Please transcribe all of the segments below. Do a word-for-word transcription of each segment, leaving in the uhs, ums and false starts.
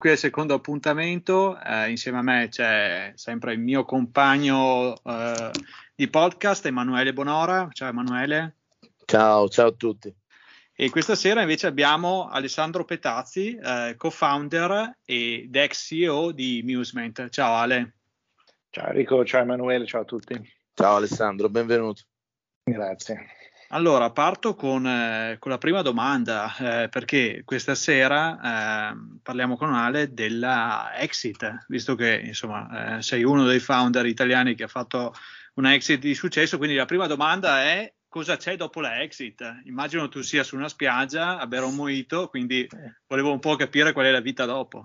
qui al secondo appuntamento. Eh, insieme a me c'è sempre il mio compagno eh, di podcast, Emanuele Bonora. Ciao Emanuele. Ciao, ciao a tutti. E questa sera invece abbiamo Alessandro Petazzi, eh, co-founder ed ex C E O di Musement. Ciao Ale. Ciao Enrico, ciao Emanuele, ciao a tutti. Ciao Alessandro, benvenuto. Grazie. Allora, parto con, eh, con la prima domanda, eh, perché questa sera eh, parliamo con Ale della exit, visto che insomma eh, sei uno dei founder italiani che ha fatto una exit di successo, quindi la prima domanda è: cosa c'è dopo la exit? Immagino tu sia su una spiaggia a bere un mojito, quindi volevo un po' capire qual è la vita dopo.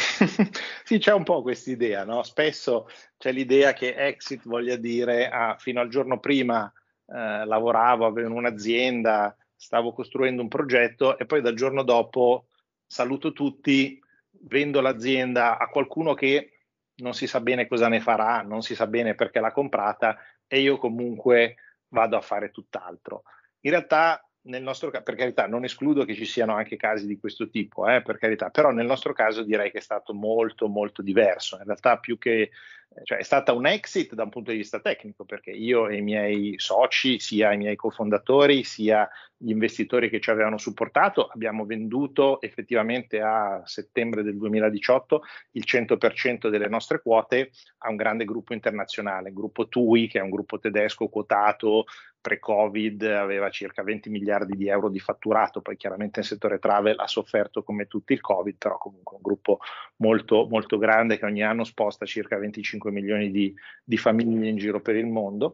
Sì, c'è un po' quest'idea, no? Spesso c'è l'idea che exit voglia dire ah, fino al giorno prima Eh, lavoravo, avevo un'azienda, stavo costruendo un progetto e poi dal giorno dopo saluto tutti, vendo l'azienda a qualcuno che non si sa bene cosa ne farà, non si sa bene perché l'ha comprata e io comunque vado a fare tutt'altro. In realtà, nel nostro caso, per carità, non escludo che ci siano anche casi di questo tipo, eh, per carità, però nel nostro caso direi che è stato molto molto diverso. In realtà più che Cioè è stata un exit da un punto di vista tecnico, perché io e i miei soci, sia i miei cofondatori, sia gli investitori che ci avevano supportato, abbiamo venduto effettivamente a settembre del duemiladiciotto il cento per cento delle nostre quote a un grande gruppo internazionale, il gruppo T U I, che è un gruppo tedesco quotato, pre-Covid aveva circa venti miliardi di euro di fatturato, poi chiaramente il settore travel ha sofferto come tutti il Covid, però comunque un gruppo molto, molto grande che ogni anno sposta circa venticinque milioni di, di famiglie in giro per il mondo.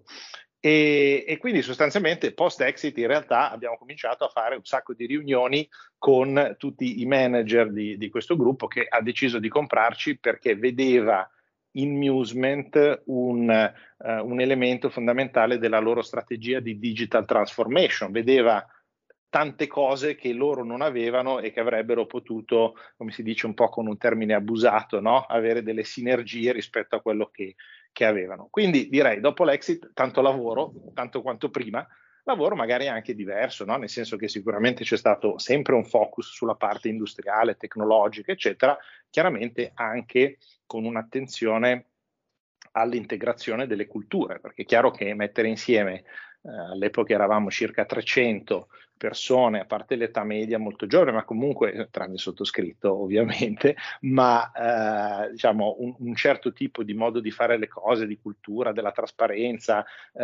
E, e quindi sostanzialmente post-exit in realtà abbiamo cominciato a fare un sacco di riunioni con tutti i manager di, di questo gruppo che ha deciso di comprarci perché vedeva in Musement un, uh, un elemento fondamentale della loro strategia di digital transformation, vedeva tante cose che loro non avevano e che avrebbero potuto, come si dice un po' con un termine abusato, no? Avere delle sinergie rispetto a quello che, che avevano. Quindi direi dopo l'exit tanto lavoro, tanto quanto prima, lavoro magari anche diverso, no? Nel senso che sicuramente c'è stato sempre un focus sulla parte industriale, tecnologica, eccetera, chiaramente anche con un'attenzione all'integrazione delle culture, perché è chiaro che mettere insieme, eh, all'epoca eravamo circa trecento persone, a parte l'età media molto giovane, ma comunque, tranne il sottoscritto ovviamente, ma eh, diciamo un, un certo tipo di modo di fare le cose, di cultura, della trasparenza,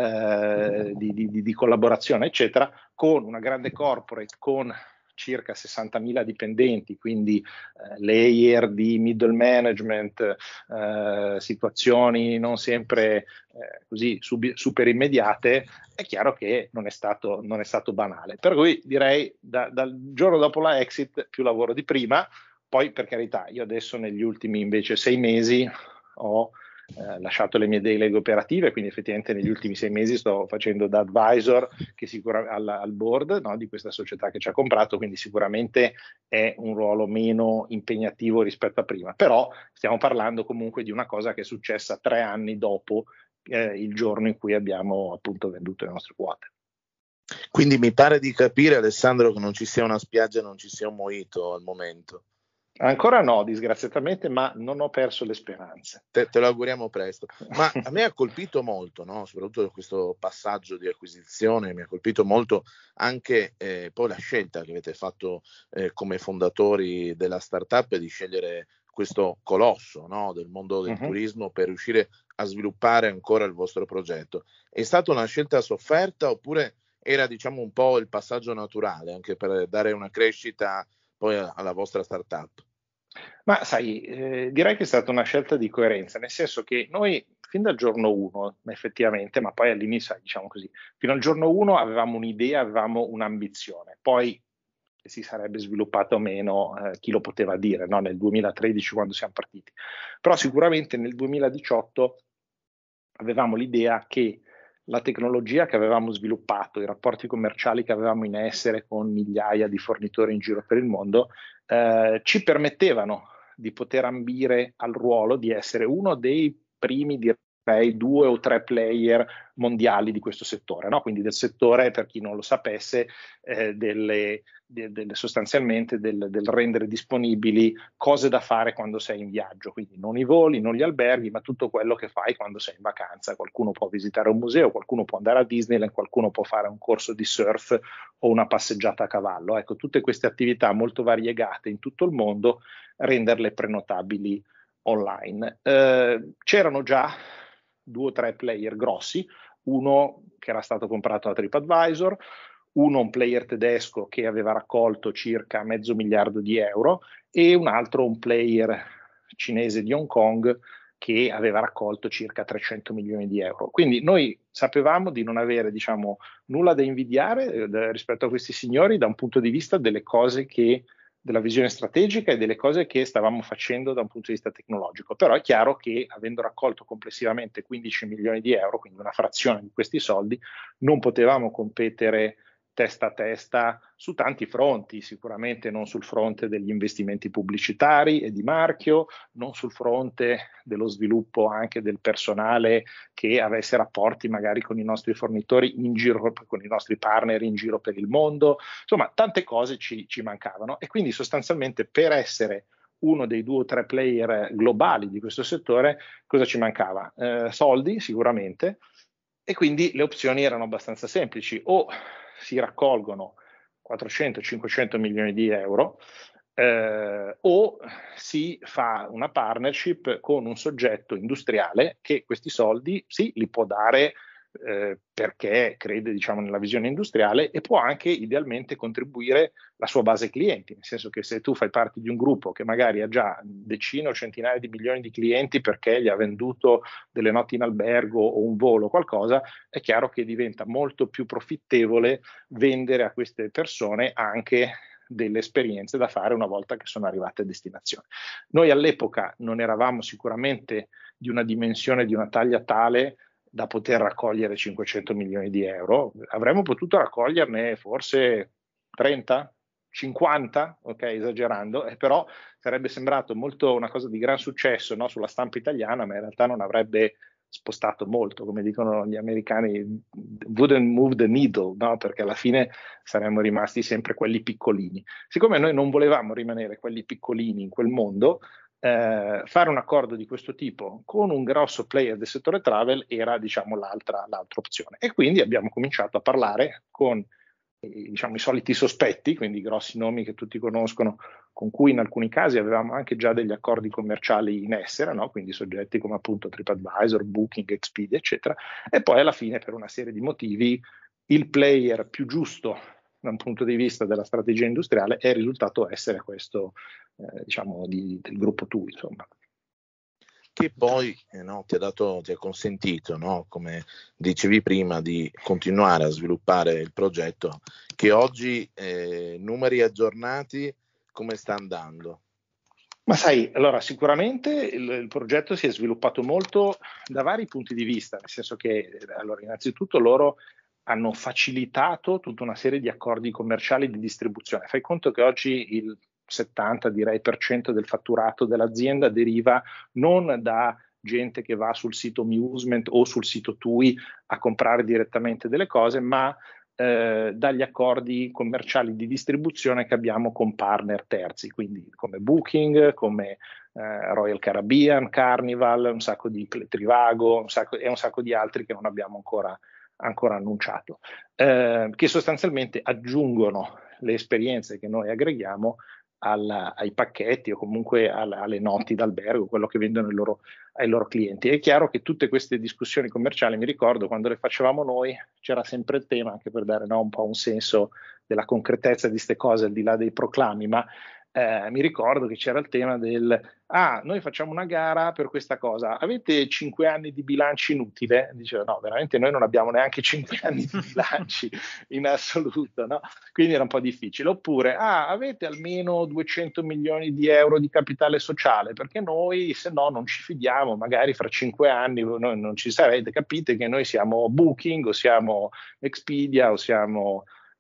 eh, di, di, di collaborazione, eccetera, con una grande corporate, con circa sessantamila dipendenti, quindi eh, layer di middle management, eh, situazioni non sempre eh, così sub- super immediate, è chiaro che non è stato, non è stato banale. Per cui direi da, dal giorno dopo la exit più lavoro di prima, poi per carità io adesso negli ultimi invece sei mesi ho Eh, lasciato le mie deleghe operative, quindi effettivamente negli ultimi sei mesi sto facendo da advisor che sicura, al, al board, no, di questa società che ci ha comprato, quindi sicuramente è un ruolo meno impegnativo rispetto a prima, però stiamo parlando comunque di una cosa che è successa tre anni dopo eh, il giorno in cui abbiamo appunto venduto le nostre quote. Quindi mi pare di capire, Alessandro, che non ci sia una spiaggia e non ci sia un mojito al momento. Ancora no, disgraziatamente, ma non ho perso le speranze. Te, te lo auguriamo presto. Ma a me ha colpito molto, no? Soprattutto questo passaggio di acquisizione, mi ha colpito molto anche eh, poi la scelta che avete fatto eh, come fondatori della startup di scegliere questo colosso, no? Del mondo del uh-huh. turismo per riuscire a sviluppare ancora il vostro progetto. È stata una scelta sofferta oppure era, diciamo, un po' il passaggio naturale anche per dare una crescita poi alla vostra startup? Ma sai, eh, direi che è stata una scelta di coerenza, nel senso che noi fin dal giorno uno, effettivamente, ma poi all'inizio, diciamo così, fino al giorno uno avevamo un'idea, avevamo un'ambizione, poi se si sarebbe sviluppata o meno, eh, chi lo poteva dire, no? Nel duemilatredici quando siamo partiti. Però sicuramente nel duemiladiciotto avevamo l'idea che la tecnologia che avevamo sviluppato, i rapporti commerciali che avevamo in essere con migliaia di fornitori in giro per il mondo, eh, ci permettevano di poter ambire al ruolo di essere uno dei primi okay, due o tre player mondiali di questo settore, no? Quindi del settore, per chi non lo sapesse, eh, delle, de, delle, sostanzialmente del, del rendere disponibili cose da fare quando sei in viaggio, quindi non i voli, non gli alberghi, ma tutto quello che fai quando sei in vacanza. Qualcuno può visitare un museo, qualcuno può andare a Disneyland, qualcuno può fare un corso di surf o una passeggiata a cavallo. Ecco, tutte queste attività molto variegate in tutto il mondo, renderle prenotabili online. Eh, c'erano già due o tre player grossi, uno che era stato comprato da TripAdvisor, uno un player tedesco che aveva raccolto circa mezzo miliardo di euro e un altro un player cinese di Hong Kong che aveva raccolto circa trecento milioni di euro. Quindi noi sapevamo di non avere, diciamo, nulla da invidiare eh, rispetto a questi signori da un punto di vista delle cose che della visione strategica e delle cose che stavamo facendo da un punto di vista tecnologico. Però è chiaro che avendo raccolto complessivamente quindici milioni di euro, quindi una frazione di questi soldi, non potevamo competere testa a testa su tanti fronti, sicuramente non sul fronte degli investimenti pubblicitari e di marchio, non sul fronte dello sviluppo anche del personale che avesse rapporti magari con i nostri fornitori in giro, con i nostri partner in giro per il mondo, insomma tante cose ci, ci mancavano e quindi sostanzialmente per essere uno dei due o tre player globali di questo settore cosa ci mancava? Eh, soldi sicuramente e quindi le opzioni erano abbastanza semplici, o si raccolgono quattrocento cinquecento milioni di euro eh, o si fa una partnership con un soggetto industriale che questi soldi sì li può dare eh, perché crede, diciamo, nella visione industriale e può anche idealmente contribuire la sua base clienti, nel senso che se tu fai parte di un gruppo che magari ha già decine o centinaia di milioni di clienti perché gli ha venduto delle notti in albergo o un volo o qualcosa, è chiaro che diventa molto più profittevole vendere a queste persone anche delle esperienze da fare una volta che sono arrivate a destinazione. Noi all'epoca non eravamo sicuramente di una dimensione, di una taglia tale da poter raccogliere cinquecento milioni di euro, avremmo potuto raccoglierne forse trenta, cinquanta, ok, esagerando, eh, però sarebbe sembrato molto una cosa di gran successo, no, sulla stampa italiana, ma in realtà non avrebbe spostato molto, come dicono gli americani, wouldn't move the needle, no? Perché alla fine saremmo rimasti sempre quelli piccolini. Siccome noi non volevamo rimanere quelli piccolini in quel mondo, eh, fare un accordo di questo tipo con un grosso player del settore travel era, diciamo, l'altra, l'altra opzione. E quindi abbiamo cominciato a parlare con diciamo, i soliti sospetti, quindi i grossi nomi che tutti conoscono, con cui in alcuni casi avevamo anche già degli accordi commerciali in essere, no? Quindi soggetti come appunto TripAdvisor, Booking, Expedia, eccetera, e poi alla fine per una serie di motivi il player più giusto da un punto di vista della strategia industriale è risultato essere questo, eh, diciamo, di, del gruppo T U I, insomma. Che poi eh, no, ti ha dato, ti ha consentito, no, come dicevi prima, di continuare a sviluppare il progetto, che oggi, eh, numeri aggiornati, come sta andando? Ma sai, allora sicuramente il, il progetto si è sviluppato molto da vari punti di vista, nel senso che, allora, innanzitutto loro hanno facilitato tutta una serie di accordi commerciali di distribuzione. Fai conto che oggi il settanta direi per cento del fatturato dell'azienda deriva non da gente che va sul sito Musement o sul sito T U I a comprare direttamente delle cose, ma eh, dagli accordi commerciali di distribuzione che abbiamo con partner terzi, quindi come Booking, come eh, Royal Caribbean, Carnival, un sacco di Trivago un sacco, e un sacco di altri che non abbiamo ancora ancora annunciato, eh, che sostanzialmente aggiungono le esperienze che noi aggreghiamo al, ai pacchetti o comunque al, alle notti d'albergo, quello che vendono ai loro, ai loro clienti. È chiaro che tutte queste discussioni commerciali, mi ricordo, quando le facevamo noi, c'era sempre il tema, anche per dare no, un po' un senso della concretezza di queste cose, al di là dei proclami, ma Eh, mi ricordo che c'era il tema del ah, noi facciamo una gara per questa cosa, avete cinque anni di bilanci inutile? Diceva no, veramente noi non abbiamo neanche cinque anni di bilanci in assoluto, no? Quindi era un po' difficile. Oppure ah, avete almeno duecento milioni di euro di capitale sociale, perché noi se no non ci fidiamo, magari fra cinque anni noi non ci sarete, capite che noi siamo Booking o siamo Expedia o siamo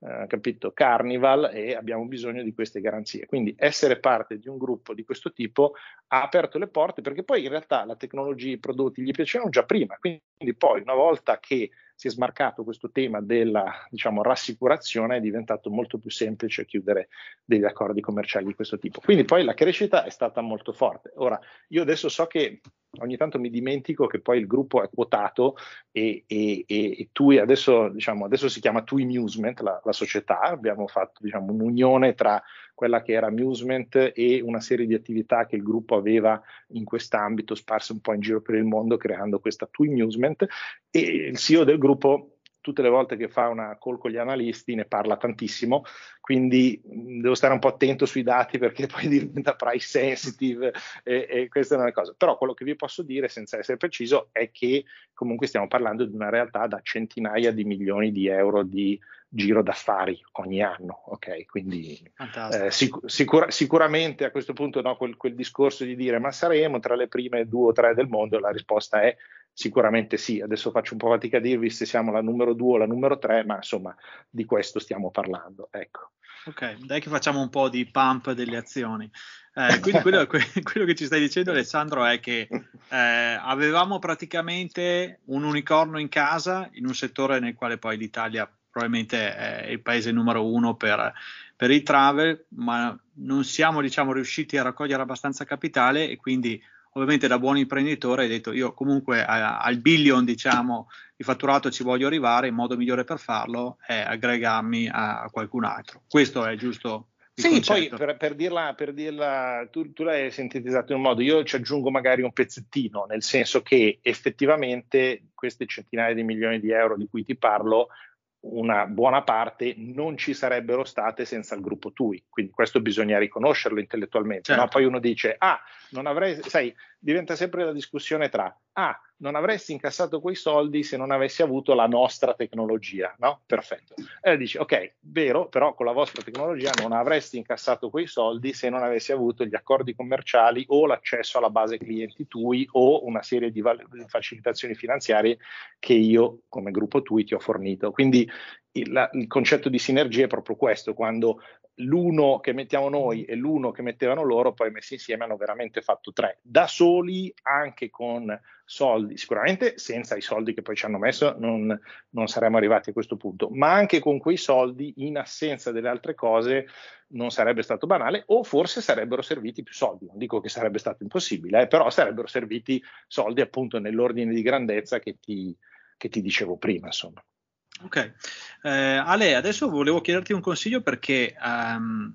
eh, capito, Carnival, e abbiamo bisogno di queste garanzie. Quindi essere parte di un gruppo di questo tipo ha aperto le porte, perché poi in realtà la tecnologia, i prodotti gli piacevano già prima, quindi poi una volta che si è smarcato questo tema della, diciamo, rassicurazione, è diventato molto più semplice chiudere degli accordi commerciali di questo tipo. Quindi poi la crescita è stata molto forte. Ora, io adesso so che ogni tanto mi dimentico che poi il gruppo è quotato e, e, e, e TUI adesso, diciamo, adesso si chiama TUI Musement, la, la società. Abbiamo fatto, diciamo, un'unione tra quella che era Musement e una serie di attività che il gruppo aveva in quest'ambito, sparse un po' in giro per il mondo, creando questa TUI Musement, e il C E O del gruppo tutte le volte che fa una call con gli analisti ne parla tantissimo, quindi mh, devo stare un po' attento sui dati perché poi diventa price sensitive e, e questa è una cosa. Però quello che vi posso dire, senza essere preciso, è che comunque stiamo parlando di una realtà da centinaia di milioni di euro di giro d'affari ogni anno, ok? Quindi eh, sic- sicur- sicuramente a questo punto, no, quel, quel discorso di dire ma saremo tra le prime due o tre del mondo, la risposta è sicuramente sì. Adesso faccio un po' fatica a dirvi se siamo la numero due o la numero tre, ma insomma di questo stiamo parlando, ecco. Ok, dai che facciamo un po' di pump delle azioni. Eh, quindi quello, quello che ci stai dicendo, Alessandro, è che eh, avevamo praticamente un unicorno in casa in un settore nel quale poi l'Italia probabilmente è il paese numero uno per, per il travel, ma non siamo, diciamo, riusciti a raccogliere abbastanza capitale, e quindi ovviamente da buon imprenditore hai detto io comunque a, al billion, diciamo, di fatturato ci voglio arrivare, il modo migliore per farlo è aggregarmi a, a qualcun altro. Questo è giusto il sì, concetto. poi per, per dirla, per dirla tu, tu l'hai sintetizzato in un modo, io ci aggiungo magari un pezzettino, nel senso che effettivamente queste centinaia di milioni di euro di cui ti parlo, una buona parte non ci sarebbero state senza il gruppo TUI, quindi questo bisogna riconoscerlo intellettualmente, certo. No? Poi uno dice, ah, non avrei, sai, diventa sempre la discussione tra, ah, non avresti incassato quei soldi se non avessi avuto la nostra tecnologia, no? Perfetto. E dici, ok, vero, però con la vostra tecnologia non avresti incassato quei soldi se non avessi avuto gli accordi commerciali o l'accesso alla base clienti TUI o una serie di val- facilitazioni finanziarie che io come gruppo TUI ti ho fornito. Quindi il, la, il concetto di sinergia è proprio questo, quando l'uno che mettiamo noi e l'uno che mettevano loro poi messi insieme hanno veramente fatto tre, da soli, anche con soldi, sicuramente senza i soldi che poi ci hanno messo non, non saremmo arrivati a questo punto, ma anche con quei soldi, in assenza delle altre cose, non sarebbe stato banale, o forse sarebbero serviti più soldi, non dico che sarebbe stato impossibile, eh, però sarebbero serviti soldi appunto nell'ordine di grandezza che ti, che ti dicevo prima, insomma. Ok, eh, Ale, adesso volevo chiederti un consiglio perché um,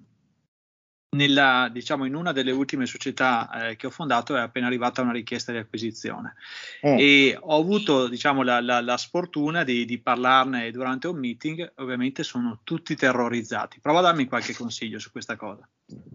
nella, diciamo, in una delle ultime società eh, che ho fondato è appena arrivata una richiesta di acquisizione mm. e ho avuto, diciamo, la, la, la sfortuna di, di parlarne durante un meeting. Ovviamente sono tutti terrorizzati. Prova a darmi qualche consiglio su questa cosa.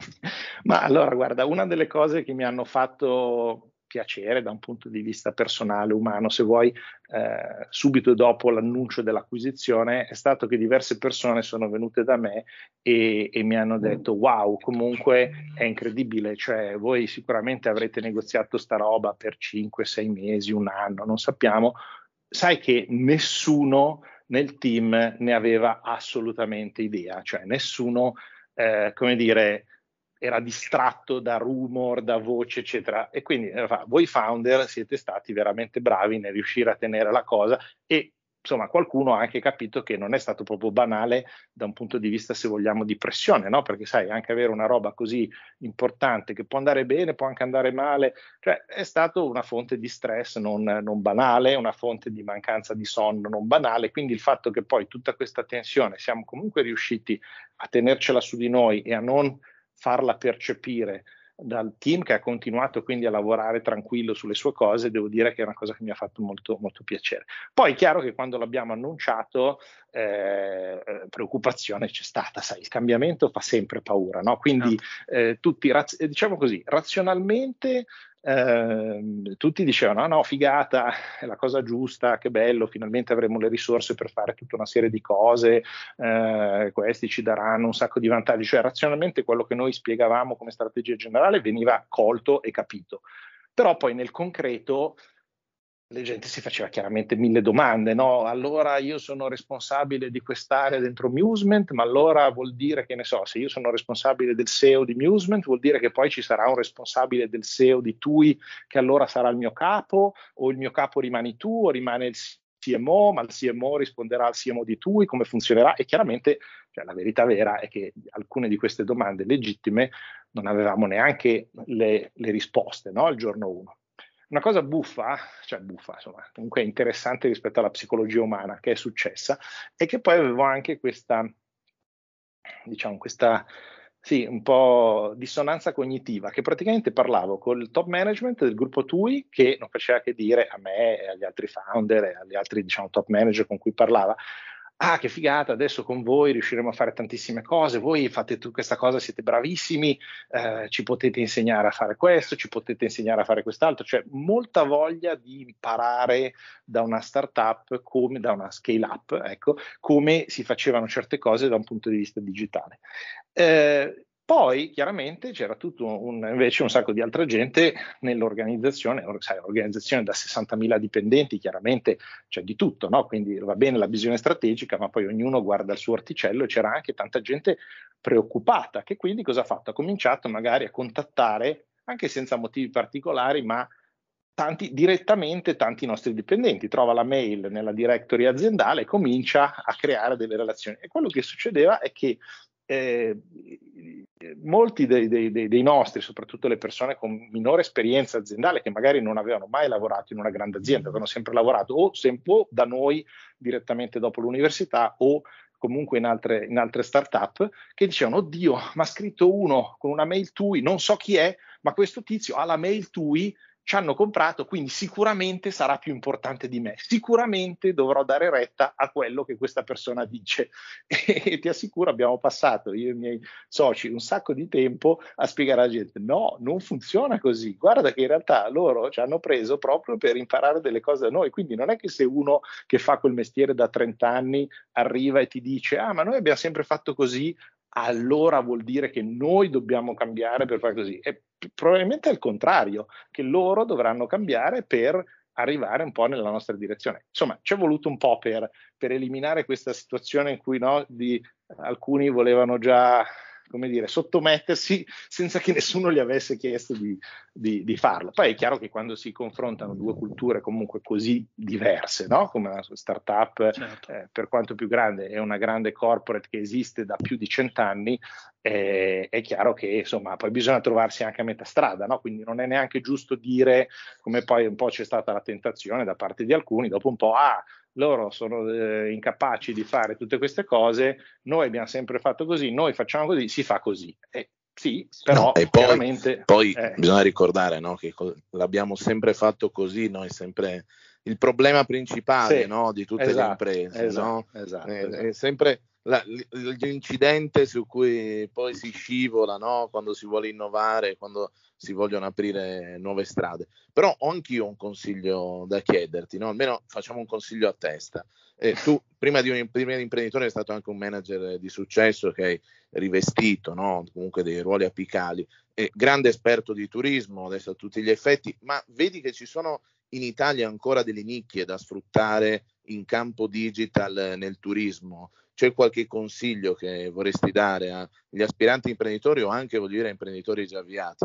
Ma allora, guarda, una delle cose che mi hanno fatto piacere da un punto di vista personale, umano, se vuoi, eh, subito dopo l'annuncio dell'acquisizione è stato che diverse persone sono venute da me e, e mi hanno detto wow, comunque è incredibile, cioè voi sicuramente avrete negoziato sta roba per cinque sei mesi, un anno, non sappiamo, sai che nessuno nel team ne aveva assolutamente idea, cioè nessuno, eh, come dire, era distratto da rumor, da voce, eccetera. E quindi eh, voi founder siete stati veramente bravi nel riuscire a tenere la cosa e insomma qualcuno ha anche capito che non è stato proprio banale da un punto di vista, se vogliamo, di pressione, no? Perché sai, anche avere una roba così importante che può andare bene, può anche andare male, cioè è stato una fonte di stress non, non banale, una fonte di mancanza di sonno non banale, quindi il fatto che poi tutta questa tensione siamo comunque riusciti a tenercela su di noi e a non farla percepire dal team, che ha continuato quindi a lavorare tranquillo sulle sue cose, devo dire che è una cosa che mi ha fatto molto, molto piacere. Poi è chiaro che quando l'abbiamo annunciato eh, preoccupazione c'è stata, sai, il cambiamento fa sempre paura, no? Quindi eh, tutti, diciamo così, razionalmente eh, tutti dicevano no, no, figata, è la cosa giusta, che bello, finalmente avremo le risorse per fare tutta una serie di cose, eh, questi ci daranno un sacco di vantaggi, cioè razionalmente quello che noi spiegavamo come strategia generale veniva colto e capito, però poi nel concreto la gente si faceva chiaramente mille domande, no? Allora io sono responsabile di quest'area dentro Musement, ma allora vuol dire che, ne so, se io sono responsabile del S E O di Musement, vuol dire che poi ci sarà un responsabile del S E O di Tui, che allora sarà il mio capo, o il mio capo rimani tu, o rimane il C M O, ma il C M O risponderà al C M O di Tui, come funzionerà? E chiaramente, cioè, la verità vera è che alcune di queste domande legittime non avevamo neanche le, le risposte, no? Il giorno uno. Una cosa buffa, cioè buffa, insomma, comunque interessante rispetto alla psicologia umana che è successa, è che poi avevo anche questa, diciamo, questa, sì, un po' dissonanza cognitiva, che praticamente parlavo col top management del gruppo Tui, che non faceva che dire a me e agli altri founder e agli altri, diciamo, top manager con cui parlava: ah, che figata, adesso con voi riusciremo a fare tantissime cose, voi fate tu questa cosa, siete bravissimi, eh, ci potete insegnare a fare questo, ci potete insegnare a fare quest'altro, cioè molta voglia di imparare da una startup, come da una scale up, ecco, come si facevano certe cose da un punto di vista digitale. Eh, Poi chiaramente c'era tutto un, invece un sacco di altra gente nell'organizzazione, sai, organizzazione da sessantamila dipendenti, chiaramente c'è di tutto, no? Quindi va bene la visione strategica, ma poi ognuno guarda il suo orticello, e c'era anche tanta gente preoccupata, che quindi cosa ha fatto? Ha cominciato magari a contattare, anche senza motivi particolari, ma tanti, direttamente tanti nostri dipendenti, trova la mail nella directory aziendale e comincia a creare delle relazioni. E quello che succedeva è che Eh, molti dei, dei, dei nostri, soprattutto le persone con minore esperienza aziendale, che magari non avevano mai lavorato in una grande azienda, avevano sempre lavorato o sempre da noi direttamente dopo l'università o comunque in altre, in altre start-up, che dicevano: oddio, mi ha scritto uno con una mail Tui, non so chi è, ma questo tizio ha la mail Tui, ci hanno comprato, quindi sicuramente sarà più importante di me, sicuramente dovrò dare retta a quello che questa persona dice. E ti assicuro, abbiamo passato, io e i miei soci, un sacco di tempo a spiegare alla gente: no, non funziona così, guarda che in realtà loro ci hanno preso proprio per imparare delle cose da noi, quindi non è che se uno che fa quel mestiere da trenta anni arriva e ti dice: ah, ma noi abbiamo sempre fatto così, allora vuol dire che noi dobbiamo cambiare per fare così. E probabilmente è il contrario, che loro dovranno cambiare per arrivare un po' nella nostra direzione. Insomma, ci è voluto un po' per, per eliminare questa situazione in cui, no, di, alcuni volevano già, come dire, sottomettersi senza che nessuno gli avesse chiesto di, di, di farlo. Poi è chiaro che quando si confrontano due culture comunque così diverse, no? Come una startup, certo. eh, per quanto più grande, è una grande corporate che esiste da più di cent'anni, eh, è chiaro che insomma poi bisogna trovarsi anche a metà strada, no? Quindi non è neanche giusto dire, come poi un po' c'è stata la tentazione da parte di alcuni, dopo un po', ah, loro sono eh, incapaci di fare tutte queste cose, noi abbiamo sempre fatto così, noi facciamo così, si fa così. Eh, sì, però no, e poi, chiaramente... Poi eh, bisogna ricordare, no, che l'abbiamo sempre fatto così, noi sempre il problema principale, sì, no, di tutte esatto, le imprese, esatto, no? esatto, è, esatto. è sempre la, l'incidente su cui poi si scivola, no? Quando si vuole innovare, quando si vogliono aprire nuove strade. Però ho anch'io un consiglio da chiederti, no? Almeno facciamo un consiglio a testa. Eh, tu prima di un prima di imprenditore sei stato anche un manager di successo che hai rivestito, no? Comunque dei ruoli apicali, eh, grande esperto di turismo adesso a tutti gli effetti, ma vedi che ci sono in Italia ancora delle nicchie da sfruttare in campo digital nel turismo? C'è qualche consiglio che vorresti dare agli aspiranti imprenditori o anche, voglio dire, imprenditori già avviati?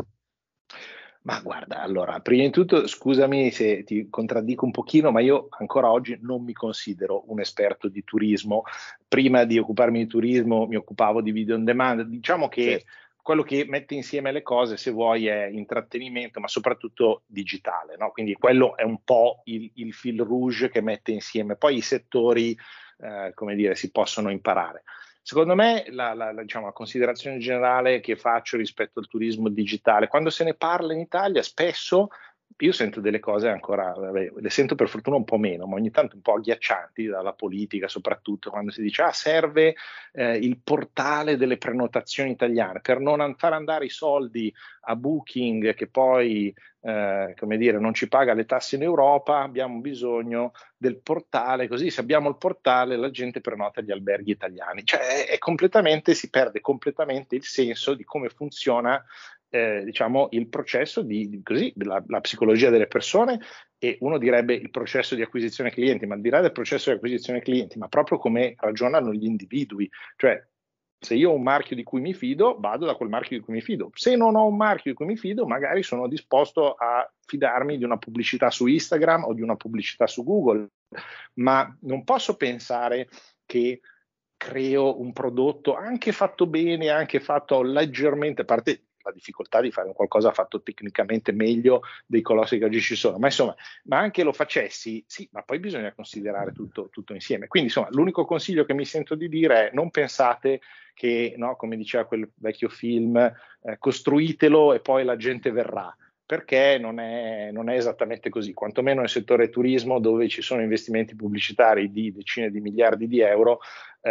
Ma guarda, allora, prima di tutto scusami se ti contraddico un pochino, ma io ancora oggi non mi considero un esperto di turismo. Prima di occuparmi di turismo mi occupavo di video on demand. Diciamo che certo. Quello che mette insieme le cose, se vuoi, è intrattenimento, ma soprattutto digitale, no? Quindi quello è un po' il, il fil rouge che mette insieme. Poi i settori, eh, come dire, si possono imparare. Secondo me la, la, la, diciamo, la considerazione generale che faccio rispetto al turismo digitale, quando se ne parla in Italia spesso io sento delle cose ancora, vabbè, le sento per fortuna un po' meno, ma ogni tanto un po' agghiaccianti dalla politica, soprattutto quando si dice ah, serve eh, il portale delle prenotazioni italiane per non far andare i soldi a Booking che poi eh, come dire, non ci paga le tasse in Europa, abbiamo bisogno del portale, così se abbiamo il portale la gente prenota gli alberghi italiani. Cioè è, è completamente, si perde completamente il senso di come funziona eh, diciamo il processo di, di così, la, la psicologia delle persone, e uno direbbe il processo di acquisizione clienti, ma al di là del processo di acquisizione clienti, ma proprio come ragionano gli individui, cioè se io ho un marchio di cui mi fido, vado da quel marchio di cui mi fido. Se non ho un marchio di cui mi fido, magari sono disposto a fidarmi di una pubblicità su Instagram o di una pubblicità su Google, ma non posso pensare che creo un prodotto anche fatto bene, anche fatto leggermente, a parte la difficoltà di fare qualcosa fatto tecnicamente meglio dei colossi che oggi ci sono, ma insomma, ma anche lo facessi, sì, ma poi bisogna considerare tutto, tutto insieme. Quindi insomma, l'unico consiglio che mi sento di dire è: non pensate che, no, come diceva quel vecchio film, eh, costruitelo e poi la gente verrà, perché non è, non è esattamente così, quantomeno nel settore turismo, dove ci sono investimenti pubblicitari di decine di miliardi di euro.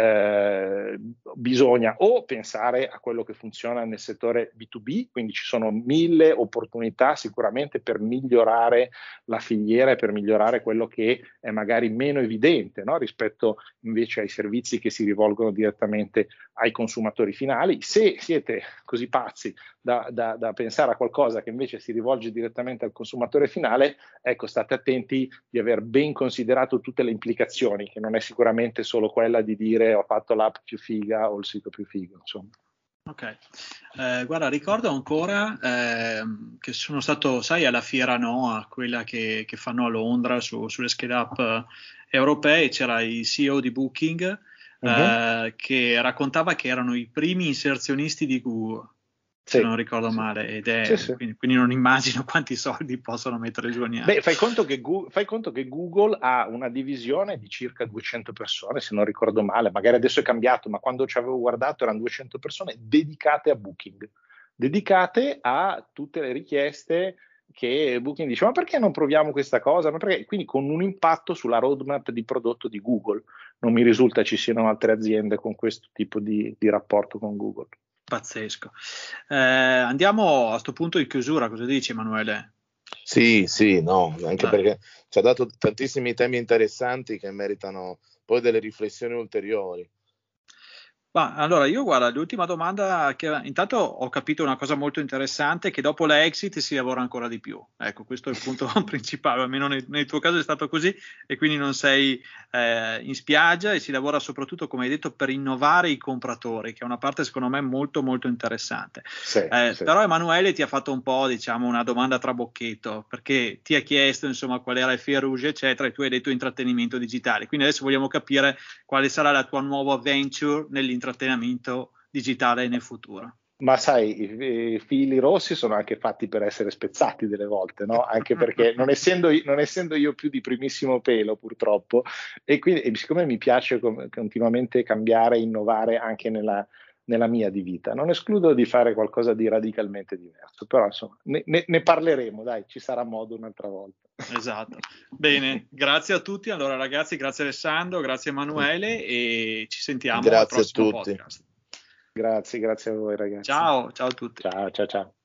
Eh, bisogna o pensare a quello che funziona nel settore B due B, quindi ci sono mille opportunità sicuramente per migliorare la filiera e per migliorare quello che è magari meno evidente, no? Rispetto invece ai servizi che si rivolgono direttamente ai consumatori finali. Se siete così pazzi da, da, da pensare a qualcosa che invece si rivolge direttamente al consumatore finale, ecco, state attenti di aver ben considerato tutte le implicazioni, che non è sicuramente solo quella di dire ho fatto l'app più figa o il sito più figo, insomma. Ok, eh, guarda, ricordo ancora eh, che sono stato, sai, alla fiera Noah, quella che, che fanno a Londra su, sulle scale up eh, europee, c'era il C E O di Booking uh-huh. eh, che raccontava che erano i primi inserzionisti di Google, se sì, non ricordo sì. male, ed è, sì, sì. Quindi, quindi non immagino quanti soldi possono mettere giù ogni anno. Beh, fai conto che Google, fai conto che Google ha una divisione di circa duecento persone, se non ricordo male, magari adesso è cambiato, ma quando ci avevo guardato erano duecento persone dedicate a Booking, dedicate a tutte le richieste che Booking dice: ma perché non proviamo questa cosa? Ma perché? Quindi con un impatto sulla roadmap di prodotto di Google. Non mi risulta ci siano altre aziende con questo tipo di, di rapporto con Google. Pazzesco. Eh, andiamo a sto punto in chiusura, cosa dici, Emanuele? Sì, sì, no, anche ah. perché ci ha dato tantissimi temi interessanti che meritano poi delle riflessioni ulteriori. Ma allora io guarda, l'ultima domanda, che intanto ho capito una cosa molto interessante, che dopo la exit si lavora ancora di più. Ecco, questo è il punto principale, almeno nel, nel tuo caso è stato così, e quindi non sei eh, in spiaggia, e si lavora soprattutto, come hai detto, per innovare i compratori, che è una parte secondo me molto molto interessante. Sì, eh, sì. Però Emanuele ti ha fatto un po', diciamo, una domanda trabocchetto, perché ti ha chiesto insomma qual era il fil rouge eccetera, e tu hai detto intrattenimento digitale, quindi adesso vogliamo capire quale sarà la tua nuova venture nell'intrattenimento digitale nel futuro. Ma sai, i, i fili rossi sono anche fatti per essere spezzati delle volte, no? Anche perché non essendo, non essendo io più di primissimo pelo, purtroppo, e quindi e siccome mi piace com- continuamente cambiare, innovare anche nella, nella mia di vita, non escludo di fare qualcosa di radicalmente diverso, però insomma ne, ne, ne parleremo, dai, ci sarà modo un'altra volta. Esatto. Bene, grazie a tutti. Allora ragazzi, grazie Alessandro, grazie Emanuele, e ci sentiamo grazie al prossimo a tutti. podcast. Grazie, grazie a voi ragazzi. Ciao, ciao a tutti. Ciao, ciao, ciao.